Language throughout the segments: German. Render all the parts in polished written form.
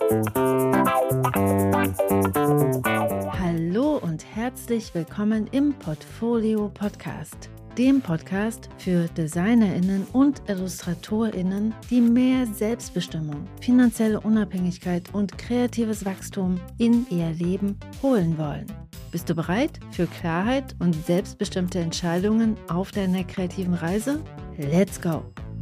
Hallo und herzlich willkommen im Portfolio Podcast, dem Podcast für DesignerInnen und IllustratorInnen, die mehr Selbstbestimmung, finanzielle Unabhängigkeit und kreatives Wachstum in ihr Leben holen wollen. Bist du bereit für Klarheit und selbstbestimmte Entscheidungen auf deiner kreativen Reise? Let's go!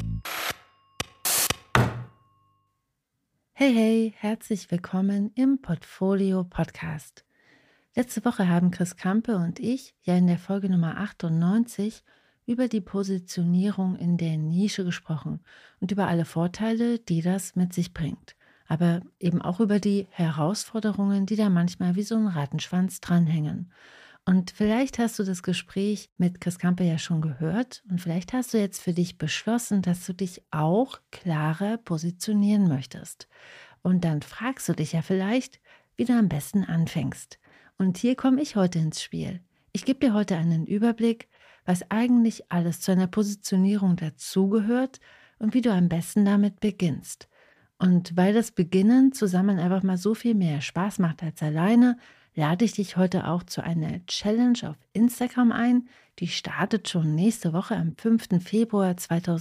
Hey, herzlich willkommen im Portfolio Podcast. Letzte Woche haben Chris Kampe und ich ja in der Folge Nummer 98 über die Positionierung in der Nische gesprochen und über alle Vorteile, die das mit sich bringt. Aber eben auch über die Herausforderungen, die da manchmal wie so ein Rattenschwanz dranhängen. Und vielleicht hast du das Gespräch mit Chris Kampe ja schon gehört und vielleicht hast du jetzt für dich beschlossen, dass du dich auch klarer positionieren möchtest. Und dann fragst du dich ja vielleicht, wie du am besten anfängst. Und hier komme ich heute ins Spiel. Ich gebe dir heute einen Überblick, was eigentlich alles zu einer Positionierung dazugehört und wie du am besten damit beginnst. Und weil das Beginnen zusammen einfach mal so viel mehr Spaß macht als alleine, lade ich dich heute auch zu einer Challenge auf Instagram ein. Die startet schon nächste Woche am 5. Februar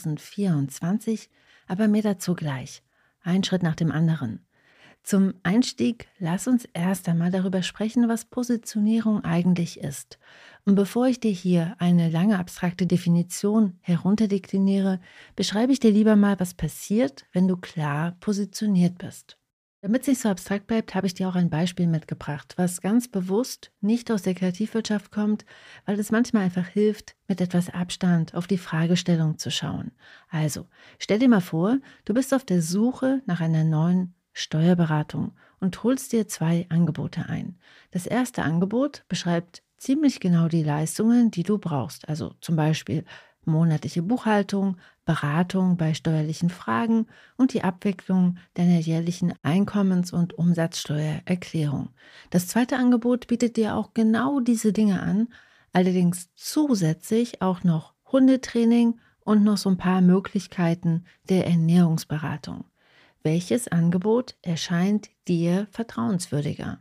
2024, aber mehr dazu gleich. Ein Schritt nach dem anderen. Zum Einstieg lass uns erst einmal darüber sprechen, was Positionierung eigentlich ist. Und bevor ich dir hier eine lange abstrakte Definition herunterdekliniere, beschreibe ich dir lieber mal, was passiert, wenn du klar positioniert bist. Damit es nicht so abstrakt bleibt, habe ich dir auch ein Beispiel mitgebracht, was ganz bewusst nicht aus der Kreativwirtschaft kommt, weil es manchmal einfach hilft, mit etwas Abstand auf die Fragestellung zu schauen. Also, stell dir mal vor, du bist auf der Suche nach einer neuen Steuerberatung und holst dir 2 Angebote ein. Das erste Angebot beschreibt ziemlich genau die Leistungen, die du brauchst, also zum Beispiel monatliche Buchhaltung, Beratung bei steuerlichen Fragen und die Abwicklung deiner jährlichen Einkommens- und Umsatzsteuererklärung. Das zweite Angebot bietet dir auch genau diese Dinge an, allerdings zusätzlich auch noch Hundetraining und noch so ein paar Möglichkeiten der Ernährungsberatung. Welches Angebot erscheint dir vertrauenswürdiger?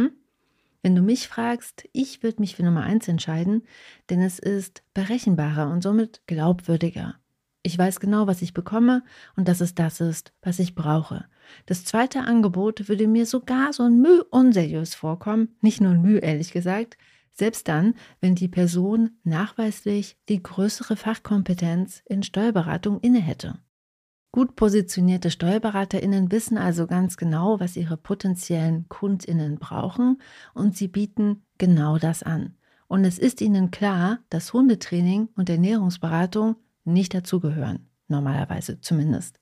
Wenn du mich fragst, ich würde mich für Nummer 1 entscheiden, denn es ist berechenbarer und somit glaubwürdiger. Ich weiß genau, was ich bekomme und dass es das ist, was ich brauche. Das zweite Angebot würde mir sogar so ein Mühe unseriös vorkommen, nicht nur ein Mühe, ehrlich gesagt, selbst dann, wenn die Person nachweislich die größere Fachkompetenz in Steuerberatung inne hätte. Gut positionierte SteuerberaterInnen wissen also ganz genau, was ihre potenziellen KundInnen brauchen und sie bieten genau das an. Und es ist ihnen klar, dass Hundetraining und Ernährungsberatung nicht dazugehören. Normalerweise zumindest.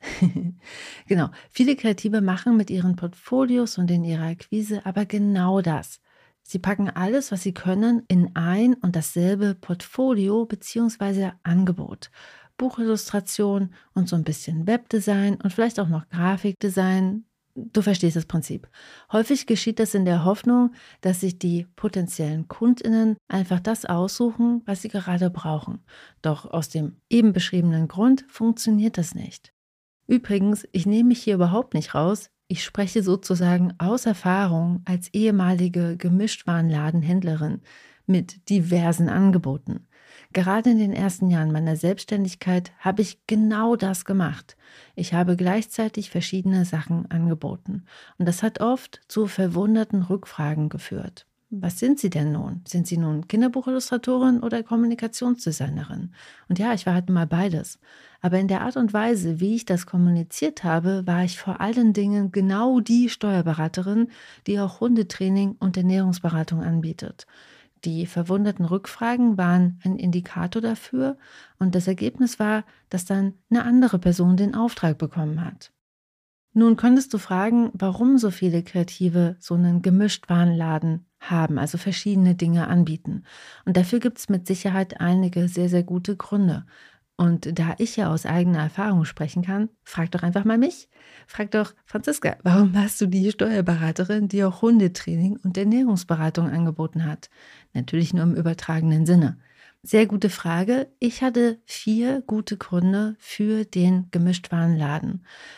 Genau, viele Kreative machen mit ihren Portfolios und in ihrer Akquise aber genau das. Sie packen alles, was sie können, in ein und dasselbe Portfolio bzw. Angebot. Buchillustration und so ein bisschen Webdesign und vielleicht auch noch Grafikdesign. Du verstehst das Prinzip. Häufig geschieht das in der Hoffnung, dass sich die potenziellen KundInnen einfach das aussuchen, was sie gerade brauchen. Doch aus dem eben beschriebenen Grund funktioniert das nicht. Übrigens, ich nehme mich hier überhaupt nicht raus. Ich spreche sozusagen aus Erfahrung als ehemalige Gemischtwarenladenhändlerin mit diversen Angeboten. Gerade in den ersten Jahren meiner Selbstständigkeit habe ich genau das gemacht. Ich habe gleichzeitig verschiedene Sachen angeboten. Und das hat oft zu verwunderten Rückfragen geführt. Was sind Sie denn nun? Sind Sie nun Kinderbuchillustratorin oder Kommunikationsdesignerin? Und ja, ich war halt mal beides. Aber in der Art und Weise, wie ich das kommuniziert habe, war ich vor allen Dingen genau die Steuerberaterin, die auch Hundetraining und Ernährungsberatung anbietet. Die verwunderten Rückfragen waren ein Indikator dafür und das Ergebnis war, dass dann eine andere Person den Auftrag bekommen hat. Nun könntest du fragen, warum so viele Kreative so einen Gemischtwarenladen haben, also verschiedene Dinge anbieten. Und dafür gibt es mit Sicherheit einige sehr, sehr gute Gründe. Und da ich ja aus eigener Erfahrung sprechen kann, frag doch einfach mal mich. Frag doch Franziska, warum warst du die Steuerberaterin, die auch Hundetraining und Ernährungsberatung angeboten hat? Natürlich nur im übertragenen Sinne. Sehr gute Frage. Ich hatte 4 gute Gründe für den Gemischtwarenladen.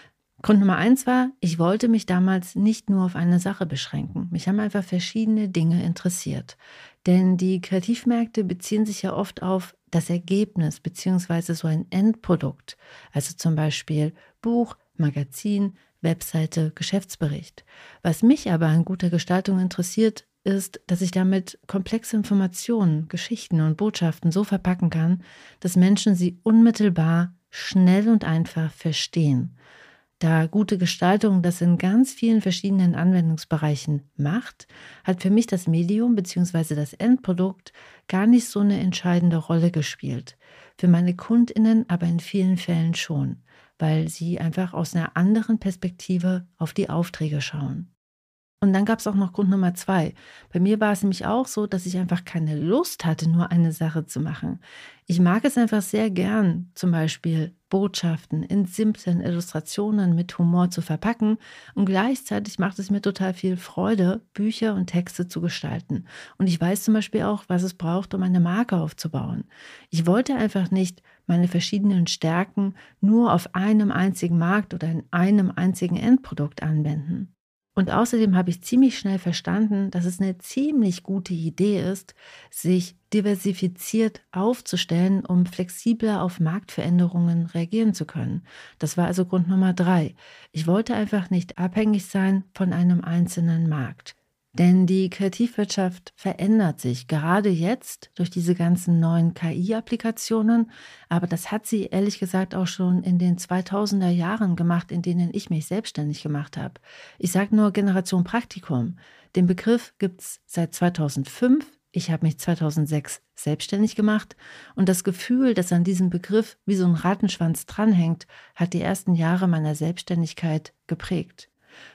Grund Nummer 1 war, ich wollte mich damals nicht nur auf eine Sache beschränken. Mich haben einfach verschiedene Dinge interessiert. Denn die Kreativmärkte beziehen sich ja oft auf das Ergebnis beziehungsweise so ein Endprodukt. Also zum Beispiel Buch, Magazin, Webseite, Geschäftsbericht. Was mich aber an guter Gestaltung interessiert, ist, dass ich damit komplexe Informationen, Geschichten und Botschaften so verpacken kann, dass Menschen sie unmittelbar, schnell und einfach verstehen. Da gute Gestaltung das in ganz vielen verschiedenen Anwendungsbereichen macht, hat für mich das Medium bzw. das Endprodukt gar nicht so eine entscheidende Rolle gespielt. Für meine KundInnen aber in vielen Fällen schon, weil sie einfach aus einer anderen Perspektive auf die Aufträge schauen. Und dann gab es auch noch Grund Nummer 2. Bei mir war es nämlich auch so, dass ich einfach keine Lust hatte, nur eine Sache zu machen. Ich mag es einfach sehr gern, zum Beispiel Botschaften in simplen Illustrationen mit Humor zu verpacken und gleichzeitig macht es mir total viel Freude, Bücher und Texte zu gestalten. Und ich weiß zum Beispiel auch, was es braucht, um eine Marke aufzubauen. Ich wollte einfach nicht meine verschiedenen Stärken nur auf einem einzigen Markt oder in einem einzigen Endprodukt anwenden. Und außerdem habe ich ziemlich schnell verstanden, dass es eine ziemlich gute Idee ist, sich diversifiziert aufzustellen, um flexibler auf Marktveränderungen reagieren zu können. Das war also Grund Nummer 3. Ich wollte einfach nicht abhängig sein von einem einzelnen Markt. Denn die Kreativwirtschaft verändert sich, gerade jetzt durch diese ganzen neuen KI-Applikationen. Aber das hat sie ehrlich gesagt auch schon in den 2000er Jahren gemacht, in denen ich mich selbstständig gemacht habe. Ich sage nur Generation Praktikum. Den Begriff gibt es seit 2005. Ich habe mich 2006 selbstständig gemacht und das Gefühl, das an diesem Begriff wie so ein Rattenschwanz dranhängt, hat die ersten Jahre meiner Selbstständigkeit geprägt.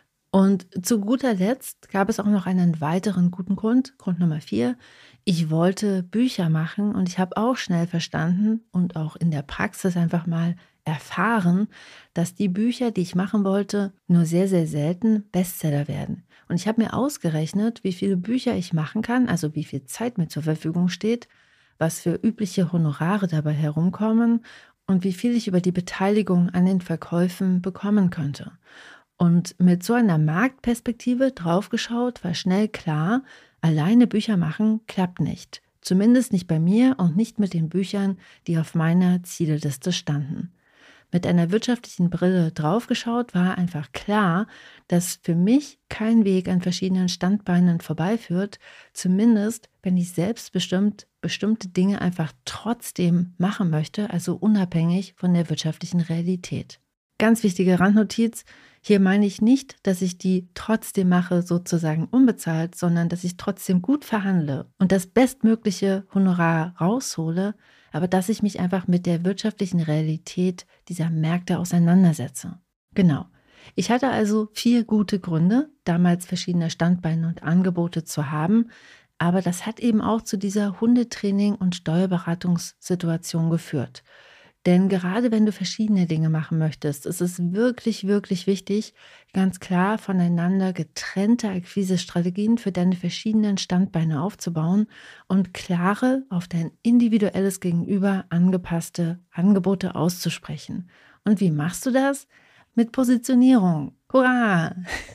Und zu guter Letzt gab es auch noch einen weiteren guten Grund, Grund Nummer 4. Ich wollte Bücher machen und ich habe auch schnell verstanden und auch in der Praxis einfach mal erfahren, dass die Bücher, die ich machen wollte, nur sehr, sehr selten Bestseller werden. Und ich habe mir ausgerechnet, wie viele Bücher ich machen kann, also wie viel Zeit mir zur Verfügung steht, was für übliche Honorare dabei herumkommen und wie viel ich über die Beteiligung an den Verkäufen bekommen könnte. Und mit so einer Marktperspektive draufgeschaut, war schnell klar, alleine Bücher machen klappt nicht. Zumindest nicht bei mir und nicht mit den Büchern, die auf meiner Zielliste standen. Mit einer wirtschaftlichen Brille draufgeschaut, war einfach klar, dass für mich kein Weg an verschiedenen Standbeinen vorbeiführt, zumindest wenn ich selbstbestimmt bestimmte Dinge einfach trotzdem machen möchte, also unabhängig von der wirtschaftlichen Realität. Ganz wichtige Randnotiz, hier meine ich nicht, dass ich die trotzdem mache, sozusagen unbezahlt, sondern dass ich trotzdem gut verhandle und das bestmögliche Honorar raushole, aber dass ich mich einfach mit der wirtschaftlichen Realität dieser Märkte auseinandersetze. Genau. Ich hatte also 4 gute Gründe, damals verschiedene Standbeine und Angebote zu haben, aber das hat eben auch zu dieser Hundetraining- und Steuerberatungssituation geführt. Denn gerade wenn du verschiedene Dinge machen möchtest, ist es wirklich, wirklich wichtig, ganz klar voneinander getrennte Akquisestrategien für deine verschiedenen Standbeine aufzubauen und klare, auf dein individuelles Gegenüber angepasste Angebote auszusprechen. Und wie machst du das? Mit Positionierung. Hurra!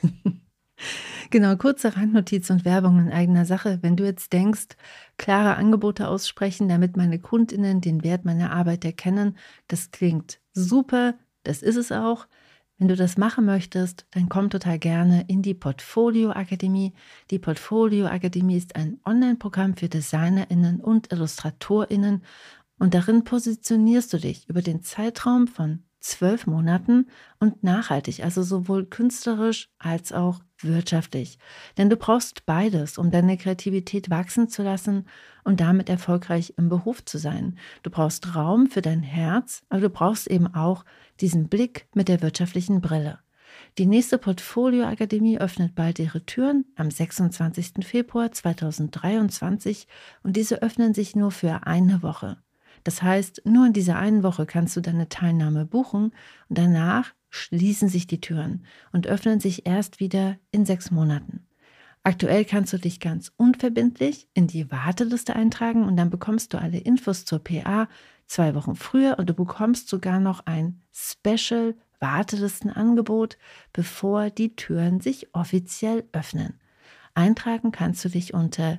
Genau, kurze Randnotiz und Werbung in eigener Sache. Wenn du jetzt denkst, klare Angebote aussprechen, damit meine KundInnen den Wert meiner Arbeit erkennen, das klingt super, das ist es auch. Wenn du das machen möchtest, dann komm total gerne in die Portfolio Akademie. Die Portfolio Akademie ist ein Online-Programm für DesignerInnen und IllustratorInnen und darin positionierst du dich über den Zeitraum von 12 Monaten und nachhaltig, also sowohl künstlerisch als auch wirtschaftlich. Denn du brauchst beides, um deine Kreativität wachsen zu lassen und damit erfolgreich im Beruf zu sein. Du brauchst Raum für dein Herz, aber du brauchst eben auch diesen Blick mit der wirtschaftlichen Brille. Die nächste Portfolio-Akademie öffnet bald ihre Türen am 26. Februar 2023 und diese öffnen sich nur für eine Woche. Das heißt, nur in dieser einen Woche kannst du deine Teilnahme buchen und danach schließen sich die Türen und öffnen sich erst wieder in 6 Monaten. Aktuell kannst du dich ganz unverbindlich in die Warteliste eintragen und dann bekommst du alle Infos zur PA 2 Wochen früher und du bekommst sogar noch ein Special Wartelistenangebot, bevor die Türen sich offiziell öffnen. Eintragen kannst du dich unter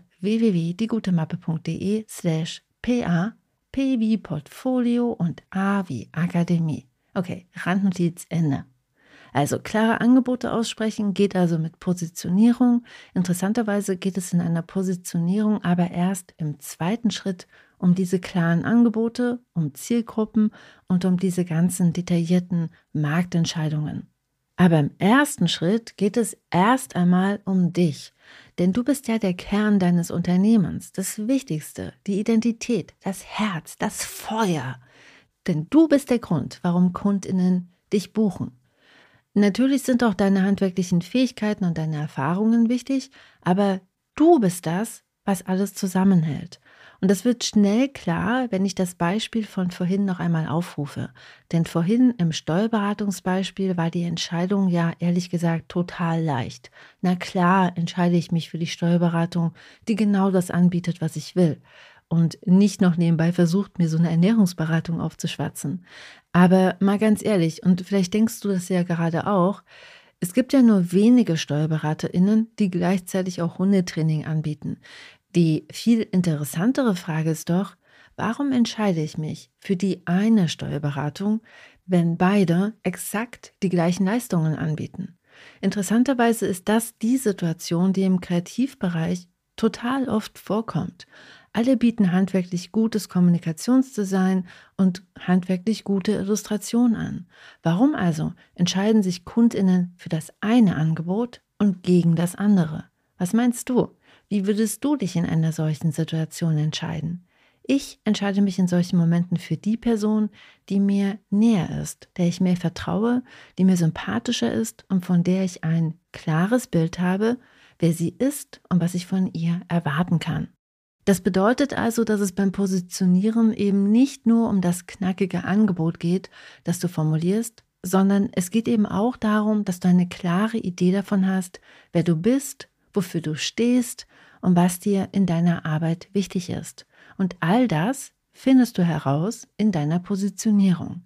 www.diegutemappe.de/pa, P wie Portfolio und A wie Akademie. Okay, Randnotiz Ende. Also klare Angebote aussprechen geht also mit Positionierung. Interessanterweise geht es in einer Positionierung aber erst im zweiten Schritt um diese klaren Angebote, um Zielgruppen und um diese ganzen detaillierten Marktentscheidungen. Aber im ersten Schritt geht es erst einmal um dich. Denn du bist ja der Kern deines Unternehmens, das Wichtigste, die Identität, das Herz, das Feuer. Denn du bist der Grund, warum KundInnen dich buchen. Natürlich sind auch deine handwerklichen Fähigkeiten und deine Erfahrungen wichtig, aber du bist das, was alles zusammenhält. Und das wird schnell klar, wenn ich das Beispiel von vorhin noch einmal aufrufe. Denn vorhin im Steuerberatungsbeispiel war die Entscheidung ja ehrlich gesagt total leicht. Na klar entscheide ich mich für die Steuerberatung, die genau das anbietet, was ich will. Und nicht noch nebenbei versucht, mir so eine Ernährungsberatung aufzuschwatzen. Aber mal ganz ehrlich, und vielleicht denkst du das ja gerade auch, es gibt ja nur wenige SteuerberaterInnen, die gleichzeitig auch Hundetraining anbieten. Die viel interessantere Frage ist doch, warum entscheide ich mich für die eine Steuerberatung, wenn beide exakt die gleichen Leistungen anbieten? Interessanterweise ist das die Situation, die im Kreativbereich total oft vorkommt. Alle bieten handwerklich gutes Kommunikationsdesign und handwerklich gute Illustration an. Warum also entscheiden sich KundInnen für das eine Angebot und gegen das andere? Was meinst du? Wie würdest du dich in einer solchen Situation entscheiden? Ich entscheide mich in solchen Momenten für die Person, die mir näher ist, der ich mehr vertraue, die mir sympathischer ist und von der ich ein klares Bild habe, wer sie ist und was ich von ihr erwarten kann. Das bedeutet also, dass es beim Positionieren eben nicht nur um das knackige Angebot geht, das du formulierst, sondern es geht eben auch darum, dass du eine klare Idee davon hast, wer du bist, wofür du stehst und was dir in deiner Arbeit wichtig ist. Und all das findest du heraus in deiner Positionierung.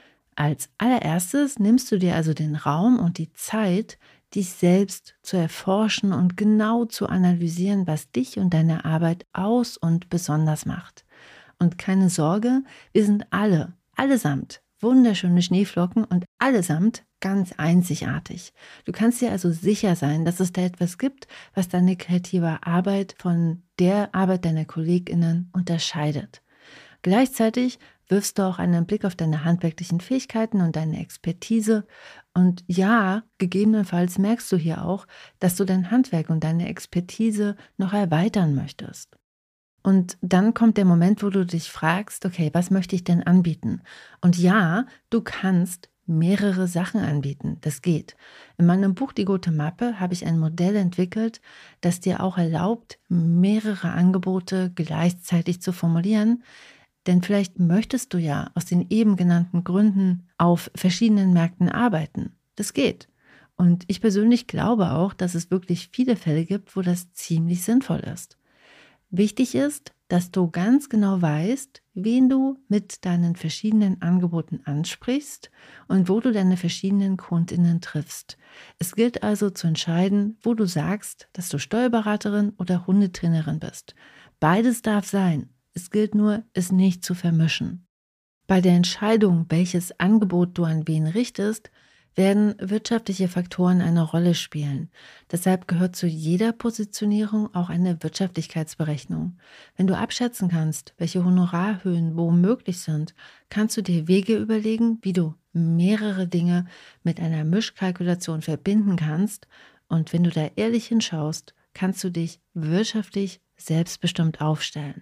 Als allererstes nimmst du dir also den Raum und die Zeit, dich selbst zu erforschen und genau zu analysieren, was dich und deine Arbeit aus und besonders macht. Und keine Sorge, wir sind allesamt wunderschöne Schneeflocken und allesamt ganz einzigartig. Du kannst dir also sicher sein, dass es da etwas gibt, was deine kreative Arbeit von der Arbeit deiner KollegInnen unterscheidet. Gleichzeitig wirfst du auch einen Blick auf deine handwerklichen Fähigkeiten und deine Expertise. Und ja, gegebenenfalls merkst du hier auch, dass du dein Handwerk und deine Expertise noch erweitern möchtest. Und dann kommt der Moment, wo du dich fragst, okay, was möchte ich denn anbieten? Und ja, du kannst mehrere Sachen anbieten. Das geht. In meinem Buch Die gute Mappe habe ich ein Modell entwickelt, das dir auch erlaubt, mehrere Angebote gleichzeitig zu formulieren. Denn vielleicht möchtest du ja aus den eben genannten Gründen auf verschiedenen Märkten arbeiten. Das geht. Und ich persönlich glaube auch, dass es wirklich viele Fälle gibt, wo das ziemlich sinnvoll ist. Wichtig ist, dass du ganz genau weißt, wen du mit deinen verschiedenen Angeboten ansprichst und wo du deine verschiedenen KundInnen triffst. Es gilt also zu entscheiden, wo du sagst, dass du Steuerberaterin oder Hundetrainerin bist. Beides darf sein. Es gilt nur, es nicht zu vermischen. Bei der Entscheidung, welches Angebot du an wen richtest, werden wirtschaftliche Faktoren eine Rolle spielen. Deshalb gehört zu jeder Positionierung auch eine Wirtschaftlichkeitsberechnung. Wenn du abschätzen kannst, welche Honorarhöhen wo möglich sind, kannst du dir Wege überlegen, wie du mehrere Dinge mit einer Mischkalkulation verbinden kannst. Und wenn du da ehrlich hinschaust, kannst du dich wirtschaftlich selbstbestimmt aufstellen.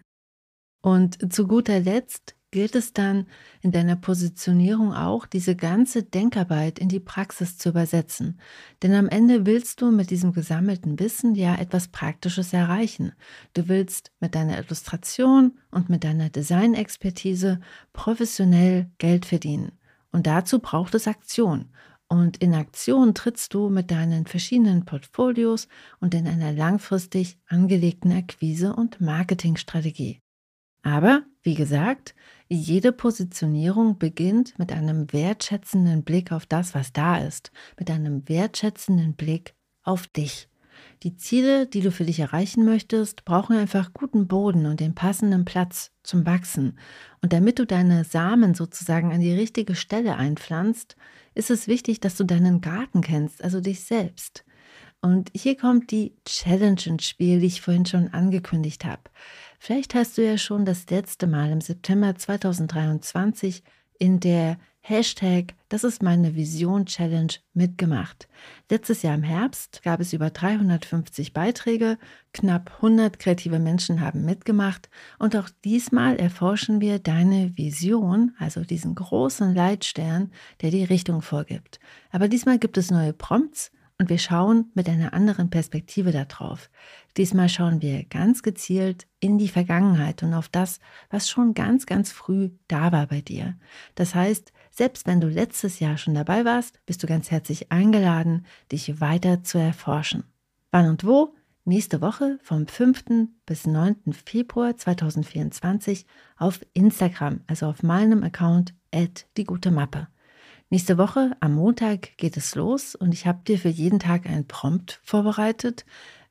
Und zu guter Letzt gilt es dann in deiner Positionierung auch, diese ganze Denkarbeit in die Praxis zu übersetzen. Denn am Ende willst du mit diesem gesammelten Wissen ja etwas Praktisches erreichen. Du willst mit deiner Illustration und mit deiner Designexpertise professionell Geld verdienen. Und dazu braucht es Aktion. Und in Aktion trittst du mit deinen verschiedenen Portfolios und in einer langfristig angelegten Akquise- und Marketingstrategie. Aber, wie gesagt, Jede Positionierung beginnt mit einem wertschätzenden Blick auf das, was da ist, mit einem wertschätzenden Blick auf dich. Die Ziele, die du für dich erreichen möchtest, brauchen einfach guten Boden und den passenden Platz zum Wachsen. Und damit du deine Samen sozusagen an die richtige Stelle einpflanzt, ist es wichtig, dass du deinen Garten kennst, also dich selbst. Und hier kommt die Challenge ins Spiel, die ich vorhin schon angekündigt habe. Vielleicht hast du ja schon das letzte Mal im September 2023 in der Hashtag Das ist meine Vision Challenge mitgemacht. Letztes Jahr im Herbst gab es über 350 Beiträge, knapp 100 kreative Menschen haben mitgemacht und auch diesmal erforschen wir deine Vision, also diesen großen Leitstern, der die Richtung vorgibt. Aber diesmal gibt es neue Prompts und wir schauen mit einer anderen Perspektive darauf. Diesmal schauen wir ganz gezielt in die Vergangenheit und auf das, was schon ganz, ganz früh da war bei dir. Das heißt, selbst wenn du letztes Jahr schon dabei warst, bist du ganz herzlich eingeladen, dich weiter zu erforschen. Wann und wo? Nächste Woche vom 5. bis 9. Februar 2024 auf Instagram, also auf meinem Account @diegutemappe. Nächste Woche am Montag geht es los und ich habe dir für jeden Tag einen Prompt vorbereitet,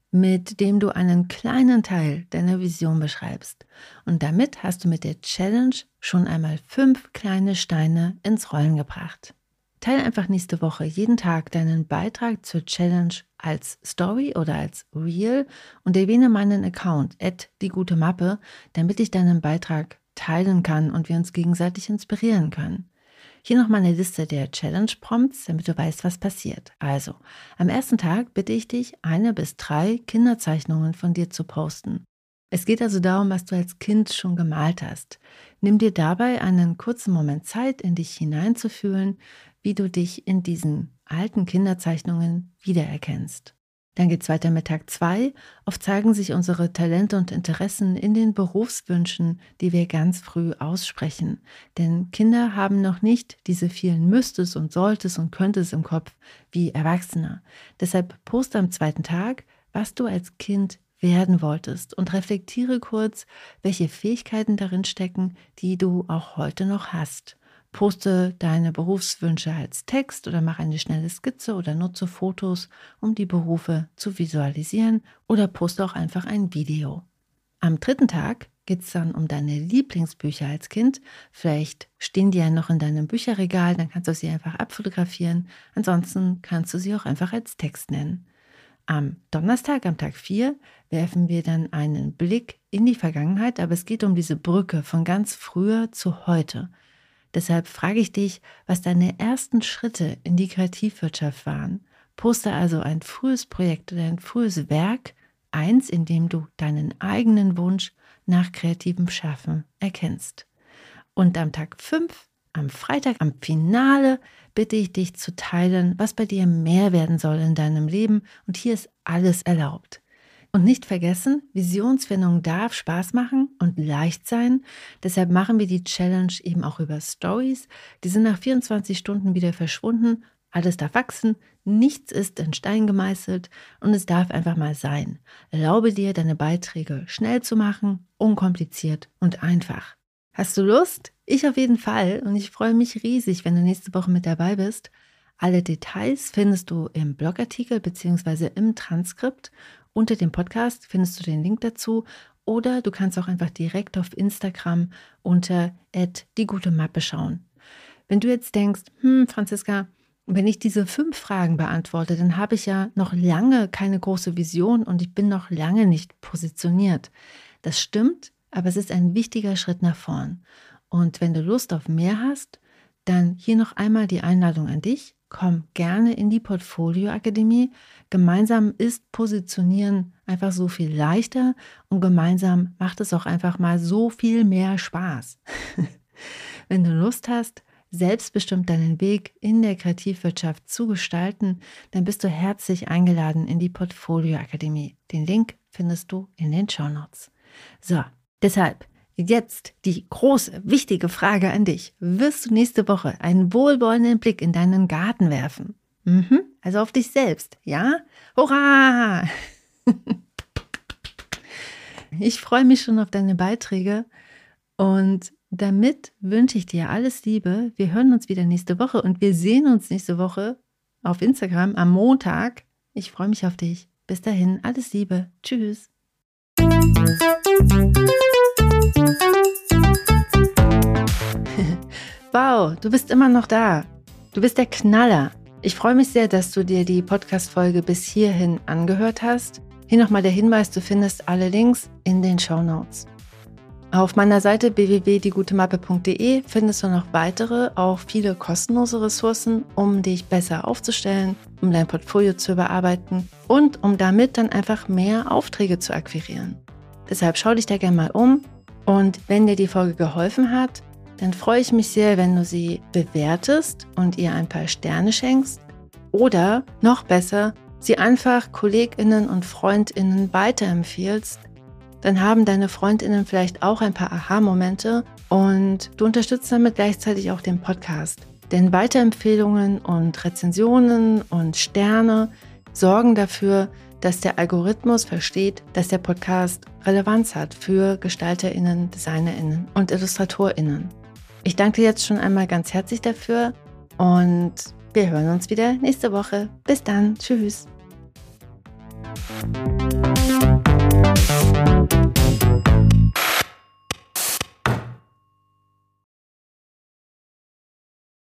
mit dem du einen kleinen Teil deiner Vision beschreibst. Und damit hast du mit der Challenge schon einmal 5 kleine Steine ins Rollen gebracht. Teile einfach nächste Woche jeden Tag deinen Beitrag zur Challenge als Story oder als Reel und erwähne meinen Account @diegutemappe, damit ich deinen Beitrag teilen kann und wir uns gegenseitig inspirieren können. Hier nochmal eine Liste der Challenge-Prompts, damit du weißt, was passiert. Also, am ersten Tag bitte ich dich, 1 bis 3 Kinderzeichnungen von dir zu posten. Es geht also darum, was du als Kind schon gemalt hast. Nimm dir dabei einen kurzen Moment Zeit, in dich hineinzufühlen, wie du dich in diesen alten Kinderzeichnungen wiedererkennst. Dann geht es weiter mit Tag 2. Oft zeigen sich unsere Talente und Interessen in den Berufswünschen, die wir ganz früh aussprechen. Denn Kinder haben noch nicht diese vielen Müsstest und Solltest und Könntest im Kopf wie Erwachsene. Deshalb poste am zweiten Tag, was du als Kind werden wolltest und reflektiere kurz, welche Fähigkeiten darin stecken, die du auch heute noch hast. Poste deine Berufswünsche als Text oder mach eine schnelle Skizze oder nutze Fotos, um die Berufe zu visualisieren oder poste auch einfach ein Video. Am dritten Tag geht es dann um deine Lieblingsbücher als Kind. Vielleicht stehen die ja noch in deinem Bücherregal, dann kannst du sie einfach abfotografieren. Ansonsten kannst du sie auch einfach als Text nennen. Am Donnerstag, am Tag 4, werfen wir dann einen Blick in die Vergangenheit, aber es geht um diese Brücke von ganz früher zu heute. Deshalb frage ich dich, was deine ersten Schritte in die Kreativwirtschaft waren. Poste also ein frühes Projekt oder ein frühes Werk, eins, in dem du deinen eigenen Wunsch nach kreativem Schaffen erkennst. Und am Tag 5, am Freitag, am Finale, bitte ich dich zu teilen, was bei dir mehr werden soll in deinem Leben. Und hier ist alles erlaubt. Und nicht vergessen, Visionsfindung darf Spaß machen und leicht sein. Deshalb machen wir die Challenge eben auch über Stories. Die sind nach 24 Stunden wieder verschwunden. Alles darf wachsen, nichts ist in Stein gemeißelt und es darf einfach mal sein. Erlaube dir, deine Beiträge schnell zu machen, unkompliziert und einfach. Hast du Lust? Ich auf jeden Fall und ich freue mich riesig, wenn du nächste Woche mit dabei bist. Alle Details findest du im Blogartikel bzw. im Transkript. Unter dem Podcast findest du den Link dazu oder du kannst auch einfach direkt auf Instagram unter @diegutemappe schauen. Wenn du jetzt denkst, Franziska, wenn ich diese 5 Fragen beantworte, dann habe ich ja noch lange keine große Vision und ich bin noch lange nicht positioniert. Das stimmt, aber es ist ein wichtiger Schritt nach vorn. Und wenn du Lust auf mehr hast, dann hier noch einmal die Einladung an dich. Komm gerne in die Portfolio Akademie. Gemeinsam ist Positionieren einfach so viel leichter und gemeinsam macht es auch einfach mal so viel mehr Spaß. Wenn du Lust hast, selbstbestimmt deinen Weg in der Kreativwirtschaft zu gestalten, dann bist du herzlich eingeladen in die Portfolio Akademie. Den Link findest du in den Shownotes. So, deshalb jetzt die große, wichtige Frage an dich. Wirst du nächste Woche einen wohlwollenden Blick in deinen Garten werfen? Also auf dich selbst, ja? Hurra! Ich freue mich schon auf deine Beiträge und Damit wünsche ich dir alles Liebe. Wir hören uns wieder nächste Woche und wir sehen uns nächste Woche auf Instagram am Montag. Ich freue mich auf dich. Bis dahin, alles Liebe. Tschüss. Wow, du bist immer noch da. Du bist der Knaller. Ich freue mich sehr, dass du dir die Podcast-Folge bis hierhin angehört hast. Hier nochmal der Hinweis, du findest alle Links in den Shownotes. Auf meiner Seite www.diegutemappe.de findest du noch weitere, auch viele kostenlose Ressourcen, um dich besser aufzustellen, um dein Portfolio zu überarbeiten und um damit dann einfach mehr Aufträge zu akquirieren. Deshalb schau dich da gerne mal um und wenn dir die Folge geholfen hat, dann freue ich mich sehr, wenn du sie bewertest und ihr ein paar Sterne schenkst oder noch besser, sie einfach KollegInnen und FreundInnen weiterempfiehlst. Dann haben deine FreundInnen vielleicht auch ein paar Aha-Momente und du unterstützt damit gleichzeitig auch den Podcast. Denn Weiterempfehlungen und Rezensionen und Sterne sorgen dafür, dass der Algorithmus versteht, dass der Podcast Relevanz hat für GestalterInnen, DesignerInnen und IllustratorInnen. Ich danke dir jetzt schon einmal ganz herzlich dafür und wir hören uns wieder nächste Woche. Bis dann. Tschüss.